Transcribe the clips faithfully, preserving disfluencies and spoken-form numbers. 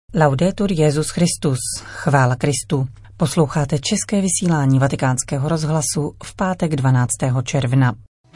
Laudetur Jesus Christus, chvála Kristu. Posloucháte české vysílání Vatikánského rozhlasu v pátek dvanáctého června.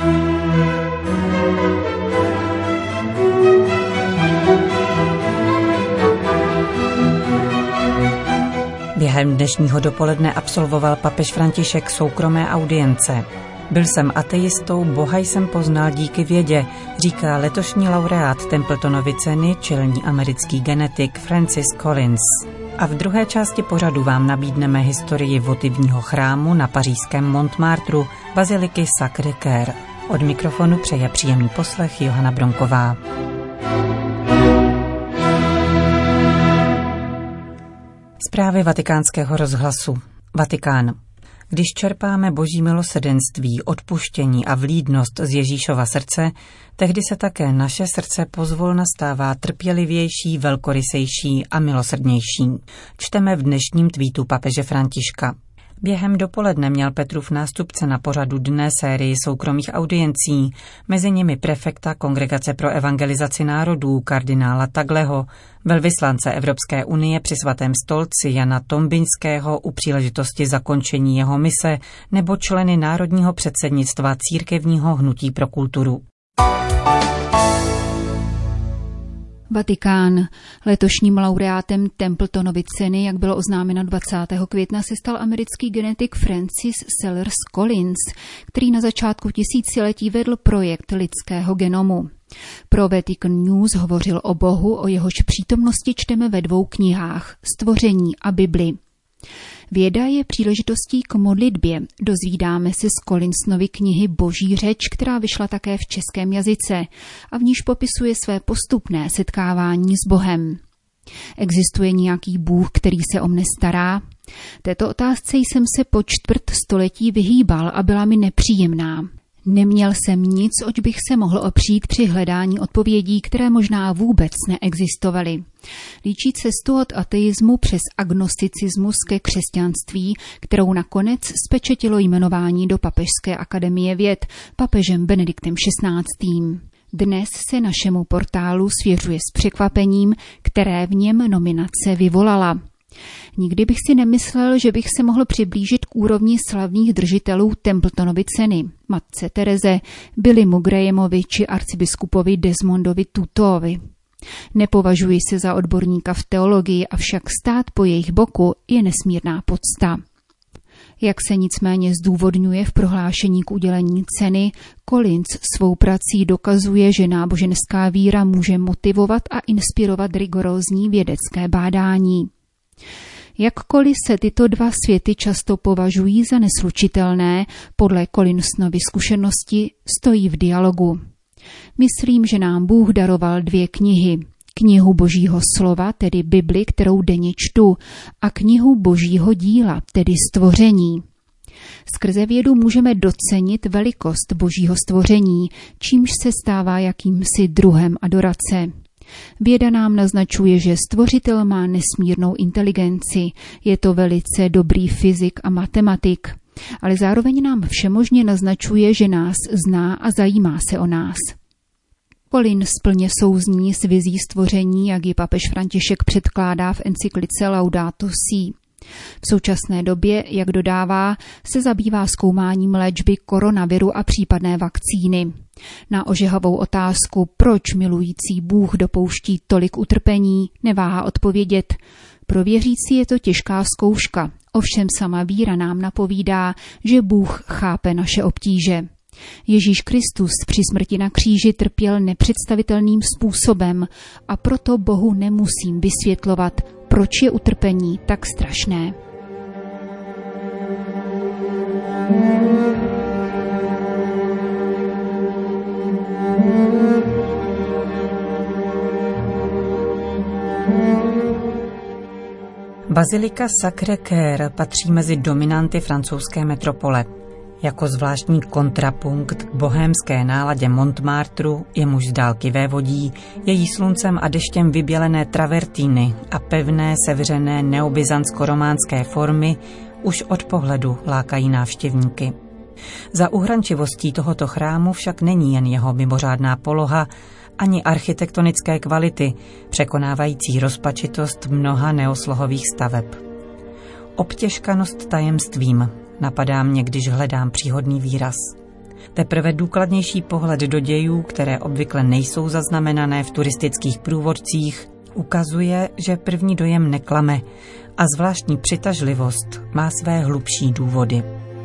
Během dnešního dopoledne absolvoval papež František soukromé audience. Byl jsem ateistou, Boha jsem poznal díky vědě, říká letošní laureát Templetonovy ceny, čelní americký genetik Francis Collins. A v druhé části pořadu vám nabídneme historii votivního chrámu na pařížském Montmartru, baziliky Sacré-Cœur. Od mikrofonu přeje příjemný poslech Johana Bronková. Zprávy Vatikánského rozhlasu. Vatikán. Když čerpáme boží milosrdenství, odpuštění a vlídnost z Ježíšova srdce, tehdy se také naše srdce pozvolna stává trpělivější, velkorysejší a milosrdnější. Čteme v dnešním tweetu papeže Františka. Během dopoledne měl Petrův nástupce na pořadu dne sérii soukromých audiencí, mezi nimi prefekta Kongregace pro evangelizaci národů kardinála Tagleho, velvyslance Evropské unie při svatém stolci Jana Tombiňského u příležitosti zakončení jeho mise nebo členy národního předsednictva církevního hnutí pro kulturu. Vatikán. Letošním laureátem Templetonovy ceny, jak bylo oznámeno dvacátého května, se stal americký genetik Francis Sellers Collins, který na začátku tisíciletí vedl projekt lidského genomu. Pro Vatican News hovořil o Bohu, o jehož přítomnosti čteme ve dvou knihách, Stvoření a Bibli. Věda je příležitostí k modlitbě. Dozvídáme se z Collinsovy knihy Boží řeč, která vyšla také v českém jazyce a v níž popisuje své postupné setkávání s Bohem. Existuje nějaký Bůh, který se o mne stará? Této otázce jsem se po čtvrt století vyhýbal a byla mi nepříjemná. Neměl jsem nic, oč bych se mohl opřít při hledání odpovědí, které možná vůbec neexistovaly. Líčí cestu od ateismu přes agnosticismus ke křesťanství, kterou nakonec spečetilo jmenování do Papežské akademie věd papežem Benediktem šestnáctým. Dnes se našemu portálu svěřuje s překvapením, které v něm nominace vyvolala. Nikdy bych si nemyslel, že bych se mohl přiblížit k úrovni slavných držitelů Templetonovy ceny, matce Tereze, Billymu Grahamovi či arcibiskupovi Desmondovi Tutuovi. Nepovažuji se za odborníka v teologii, avšak stát po jejich boku je nesmírná podsta. Jak se nicméně zdůvodňuje v prohlášení k udělení ceny, Collins svou prací dokazuje, že náboženská víra může motivovat a inspirovat rigorózní vědecké bádání. Jakkoliv se tyto dva světy často považují za neslučitelné, podle Collinsovy zkušenosti stojí v dialogu. Myslím, že nám Bůh daroval dvě knihy. Knihu Božího slova, tedy Bibli, kterou denně čtu, a knihu Božího díla, tedy Stvoření. Skrze vědu můžeme docenit velikost Božího stvoření, čímž se stává jakýmsi druhem adorace. Věda nám naznačuje, že stvořitel má nesmírnou inteligenci, je to velice dobrý fyzik a matematik, ale zároveň nám všemožně naznačuje, že nás zná a zajímá se o nás. Collins plně souzní s vizí stvoření, jak ji papež František předkládá v encyklice Laudato Si. V současné době, jak dodává, se zabývá zkoumáním léčby koronaviru a případné vakcíny. Na ožehavou otázku, proč milující Bůh dopouští tolik utrpení, neváhá odpovědět. Pro věřící je to těžká zkouška, ovšem sama víra nám napovídá, že Bůh chápe naše obtíže. Ježíš Kristus při smrti na kříži trpěl nepředstavitelným způsobem a proto Bohu nemusím vysvětlovat, proč je utrpení tak strašné. Bazilika Sacré-Cœur patří mezi dominanty francouzské metropole. Jako zvláštní kontrapunkt k bohémské náladě Montmartru, jemuž z dálky vévodí, její sluncem a deštěm vybělené travertíny a pevné sevřené neobyzantsko-románské formy už od pohledu lákají návštěvníky. Za uhrančivostí tohoto chrámu však není jen jeho mimořádná poloha, ani architektonické kvality, překonávající rozpačitost mnoha neoslohových staveb. Obtěžkanost tajemstvím napadá mě, když hledám příhodný výraz. Teprve důkladnější pohled do dějů, které obvykle nejsou zaznamenané v turistických průvodcích, ukazuje, že první dojem neklame a zvláštní přitažlivost má své hlubší důvody.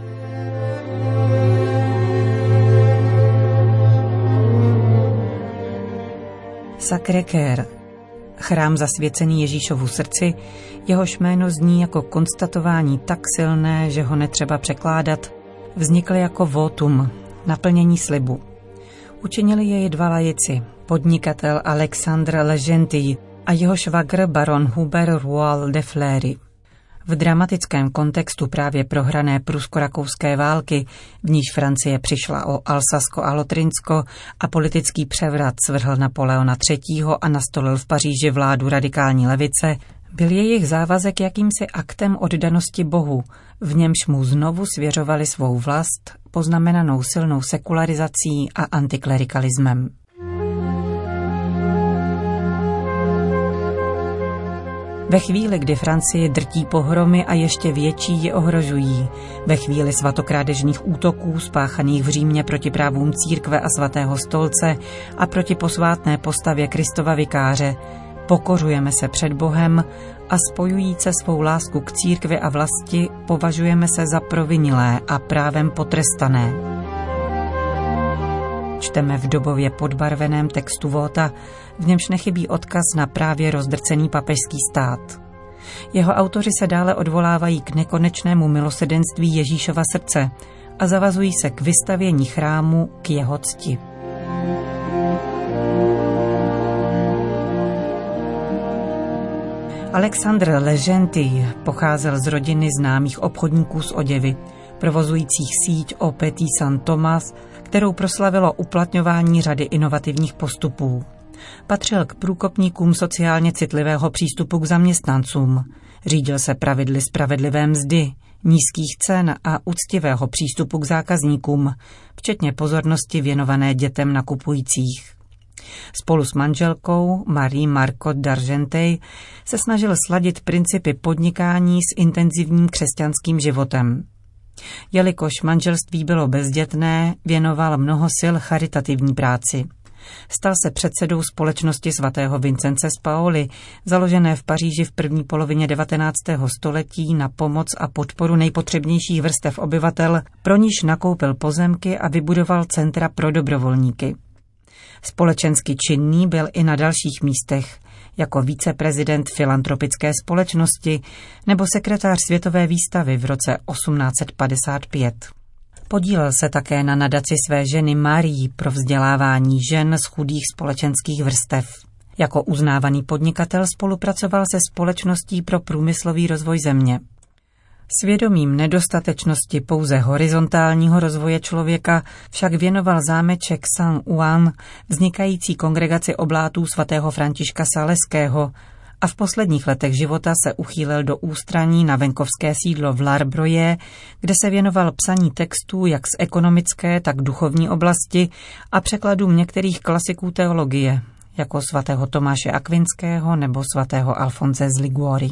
Sacré-Cœur, chrám zasvěcený Ježíšovu srdci, jehož jméno zní jako konstatování tak silné, že ho netřeba překládat, vznikl jako votum, naplnění slibu. Učinili jej dva laici, podnikatel Alexandre Legendre a jeho švagr baron Hubert Royal de Fleury. V dramatickém kontextu právě prohrané prusko-rakouské války, v níž Francie přišla o Alsasko a Lotrinsko a politický převrat svrhl Napoleona třetího a nastolil v Paříži vládu radikální levice, byl jejich závazek jakýmsi aktem oddanosti Bohu, v němž mu znovu svěřovali svou vlast, poznamenanou silnou sekularizací a antiklerikalismem. Ve chvíli, kdy Francii drtí pohromy a ještě větší ji ohrožují, ve chvíli svatokrádežných útoků spáchaných v Římě proti právům církve a svatého stolce a proti posvátné postavě Kristova vikáře, pokořujeme se před Bohem a spojujíce svou lásku k církvi a vlasti považujeme se za provinilé a právem potrestané. Čteme v dobově podbarveném textu Vóta, v němž nechybí odkaz na právě rozdrcený papežský stát. Jeho autoři se dále odvolávají k nekonečnému milosrdenství Ježíšova srdce a zavazují se k vystavění chrámu k jeho cti. Alexandre Legendre pocházel z rodiny známých obchodníků s oděvy, provozujících síť Au Petit Saint Thomas, kterou proslavilo uplatňování řady inovativních postupů. Patřil k průkopníkům sociálně citlivého přístupu k zaměstnancům. Řídil se pravidly spravedlivé mzdy, nízkých cen a úctivého přístupu k zákazníkům, včetně pozornosti věnované dětem nakupujících. Spolu s manželkou Marie Marcotte d'Argenteuil se snažil sladit principy podnikání s intenzivním křesťanským životem. Jelikož manželství bylo bezdětné, věnoval mnoho sil charitativní práci. Stal se předsedou společnosti svatého Vincence z Paoli, založené v Paříži v první polovině devatenáctého století na pomoc a podporu nejpotřebnějších vrstev obyvatel, pro níž nakoupil pozemky a vybudoval centra pro dobrovolníky. Společensky činný byl i na dalších místech, jako viceprezident filantropické společnosti nebo sekretář Světové výstavy v roce osmnáct set padesát pět. Podílel se také na nadaci své ženy Marie pro vzdělávání žen z chudých společenských vrstev. Jako uznávaný podnikatel spolupracoval se Společností pro průmyslový rozvoj země. Svědomím nedostatečnosti pouze horizontálního rozvoje člověka však věnoval zámeček Saint-Ouen, vznikající kongregaci oblátů svatého Františka Saleského, a v posledních letech života se uchýlil do ústraní na venkovské sídlo v L'Arbroye, kde se věnoval psaní textů jak z ekonomické, tak duchovní oblasti a překladům některých klasiků teologie, jako svatého Tomáše Akvinského nebo svatého Alfonse z Liguori.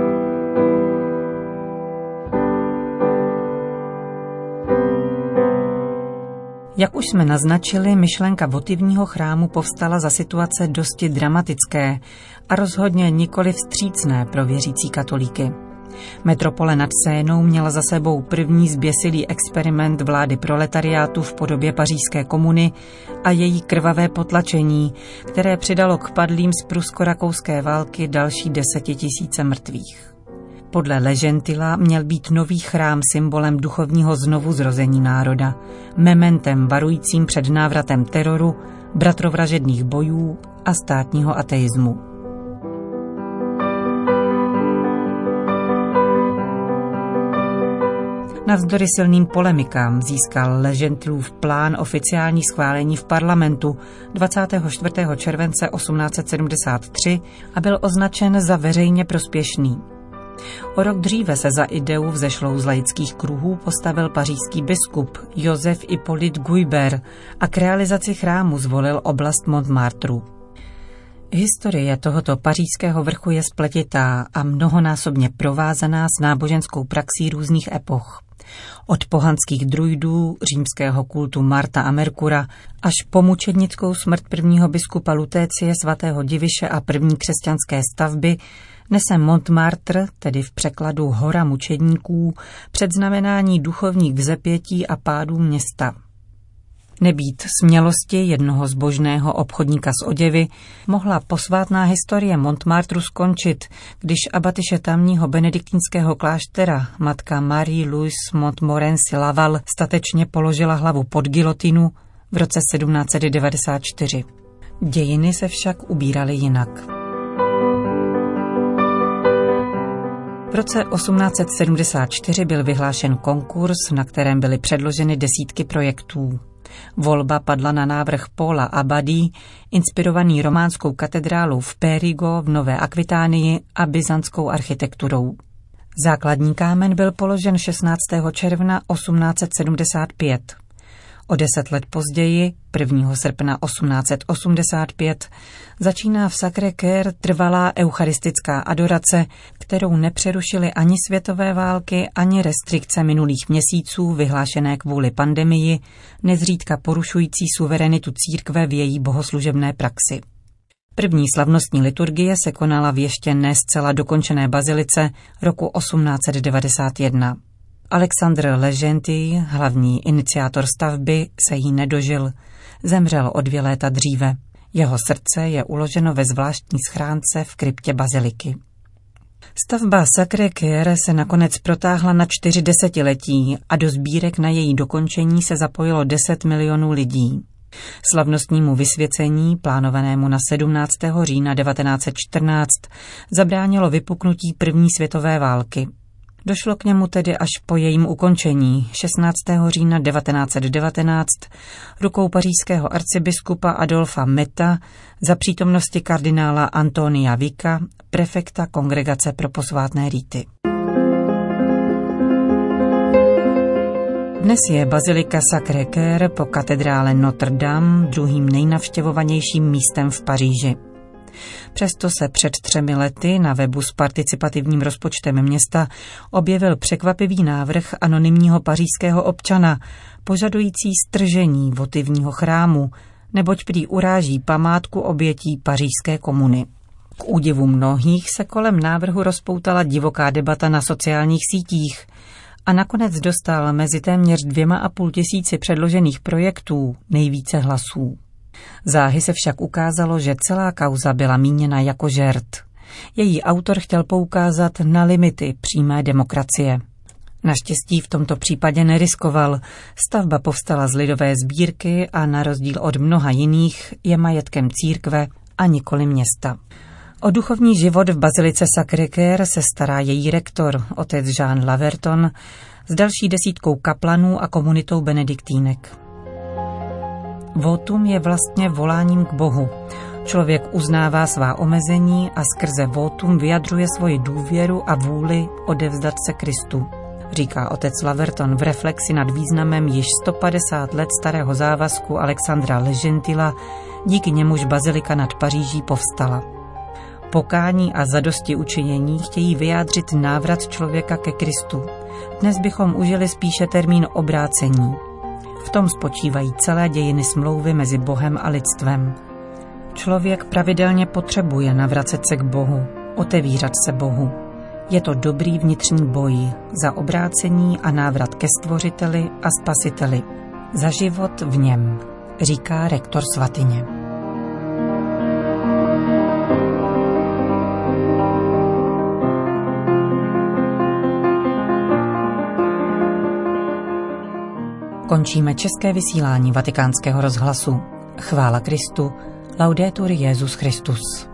Jak už jsme naznačili, myšlenka votivního chrámu povstala za situace dosti dramatické a rozhodně nikoli vstřícné pro věřící katolíky. Metropole nad Sénou měla za sebou první zběsilý experiment vlády proletariátu v podobě pařížské komuny a její krvavé potlačení, které přidalo k padlým z prusko-rakouské války další desetitisíce mrtvých. Podle Legentila měl být nový chrám symbolem duchovního znovuzrození národa, mementem varujícím před návratem teroru, bratrovražedných bojů a státního ateismu. Navzdory silným polemikám získal Legentilův plán oficiální schválení v parlamentu dvacátého čtvrtého července osmnáct set sedmdesát tři a byl označen za veřejně prospěšný. O rok dříve se za ideu vzešlou z laických kruhů postavil pařížský biskup Joseph Hippolyte Guibert a k realizaci chrámu zvolil oblast Montmartru. Historie tohoto pařížského vrchu je spletitá a mnohonásobně provázaná s náboženskou praxí různých epoch. Od pohanských druidů, římského kultu Marta a Merkura, až po mučednickou smrt prvního biskupa Lutécie svatého Diviše a první křesťanské stavby nese Montmartre, tedy v překladu Hora mučedníků, předznamenání duchovních vzepětí a pádů města. Nebýt smělosti jednoho zbožného obchodníka s oděvy, mohla posvátná historie Montmartru skončit, když abatyše tamního benediktínského kláštera matka Marie-Louise Montmorency Laval statečně položila hlavu pod gilotinu v roce sedmnáct set devadesát čtyři. Dějiny se však ubíraly jinak. V roce osmnáct set sedmdesát čtyři byl vyhlášen konkurs, na kterém byly předloženy desítky projektů. Volba padla na návrh Paula Abadie, inspirovaný románskou katedrálou v Périgo v Nové Akvitánii a byzantskou architekturou. Základní kámen byl položen šestnáctého června osmnáct set sedmdesát pět. O deset let později, prvního srpna osmnáct set osmdesát pět, začíná v Sacré-Cœur trvalá eucharistická adorace, kterou nepřerušily ani světové války, ani restrikce minulých měsíců vyhlášené kvůli pandemii, nezřídka porušující suverenitu církve v její bohoslužebné praxi. První slavnostní liturgie se konala v ještě ne zcela dokončené bazilice roku osmnáct set devadesát jedna. Alexandre Legenty, hlavní iniciátor stavby, se jí nedožil. Zemřel o dvě léta dříve. Jeho srdce je uloženo ve zvláštní schránce v kryptě baziliky. Stavba Sacré-Cœur se nakonec protáhla na čtyři desetiletí a do sbírek na její dokončení se zapojilo deset milionů lidí. Slavnostnímu vysvěcení, plánovanému na sedmnáctého října devatenáct set čtrnáct, zabránilo vypuknutí první světové války. Došlo k němu tedy až po jejím ukončení šestnáctého října devatenáct set devatenáct rukou pařížského arcibiskupa Adolfa Metta za přítomnosti kardinála Antonia Vicka, prefekta Kongregace pro posvátné rýty. Dnes je bazilika Sacré-Cœur po katedrále Notre Dame druhým nejnavštěvovanějším místem v Paříži. Přesto se před třemi lety na webu s participativním rozpočtem města objevil překvapivý návrh anonymního pařížského občana, požadující stržení votivního chrámu, neboť prý uráží památku obětí pařížské komuny. K údivu mnohých se kolem návrhu rozpoutala divoká debata na sociálních sítích a nakonec dostal mezi téměř dvěma a půl tisíci předložených projektů nejvíce hlasů. Záhy se však ukázalo, že celá kauza byla míněna jako žert. Její autor chtěl poukázat na limity přímé demokracie. Naštěstí v tomto případě neriskoval. Stavba povstala z lidové sbírky a na rozdíl od mnoha jiných je majetkem církve a nikoli města. O duchovní život v bazilice Sacré-Cœur se stará její rektor, otec Jean Laverton, s další desítkou kaplanů a komunitou benediktínek. Votum je vlastně voláním k Bohu. Člověk uznává svá omezení a skrze votum vyjadřuje svoji důvěru a vůli odevzdat se Kristu, říká otec Laverton v reflexi nad významem již sto padesát let starého závazku Alexandra Legentila, díky němuž bazilika nad Paříží povstala. Pokání a zadosti učinění chtějí vyjádřit návrat člověka ke Kristu. Dnes bychom užili spíše termín obrácení. V tom spočívají celé dějiny smlouvy mezi Bohem a lidstvem. Člověk pravidelně potřebuje navracet se k Bohu, otevírat se Bohu. Je to dobrý vnitřní boj za obrácení a návrat ke Stvořiteli a Spasiteli. Za život v něm, říká rektor svatyně. Končíme české vysílání Vatikánského rozhlasu. Chvála Kristu, laudetur Jesus Christus.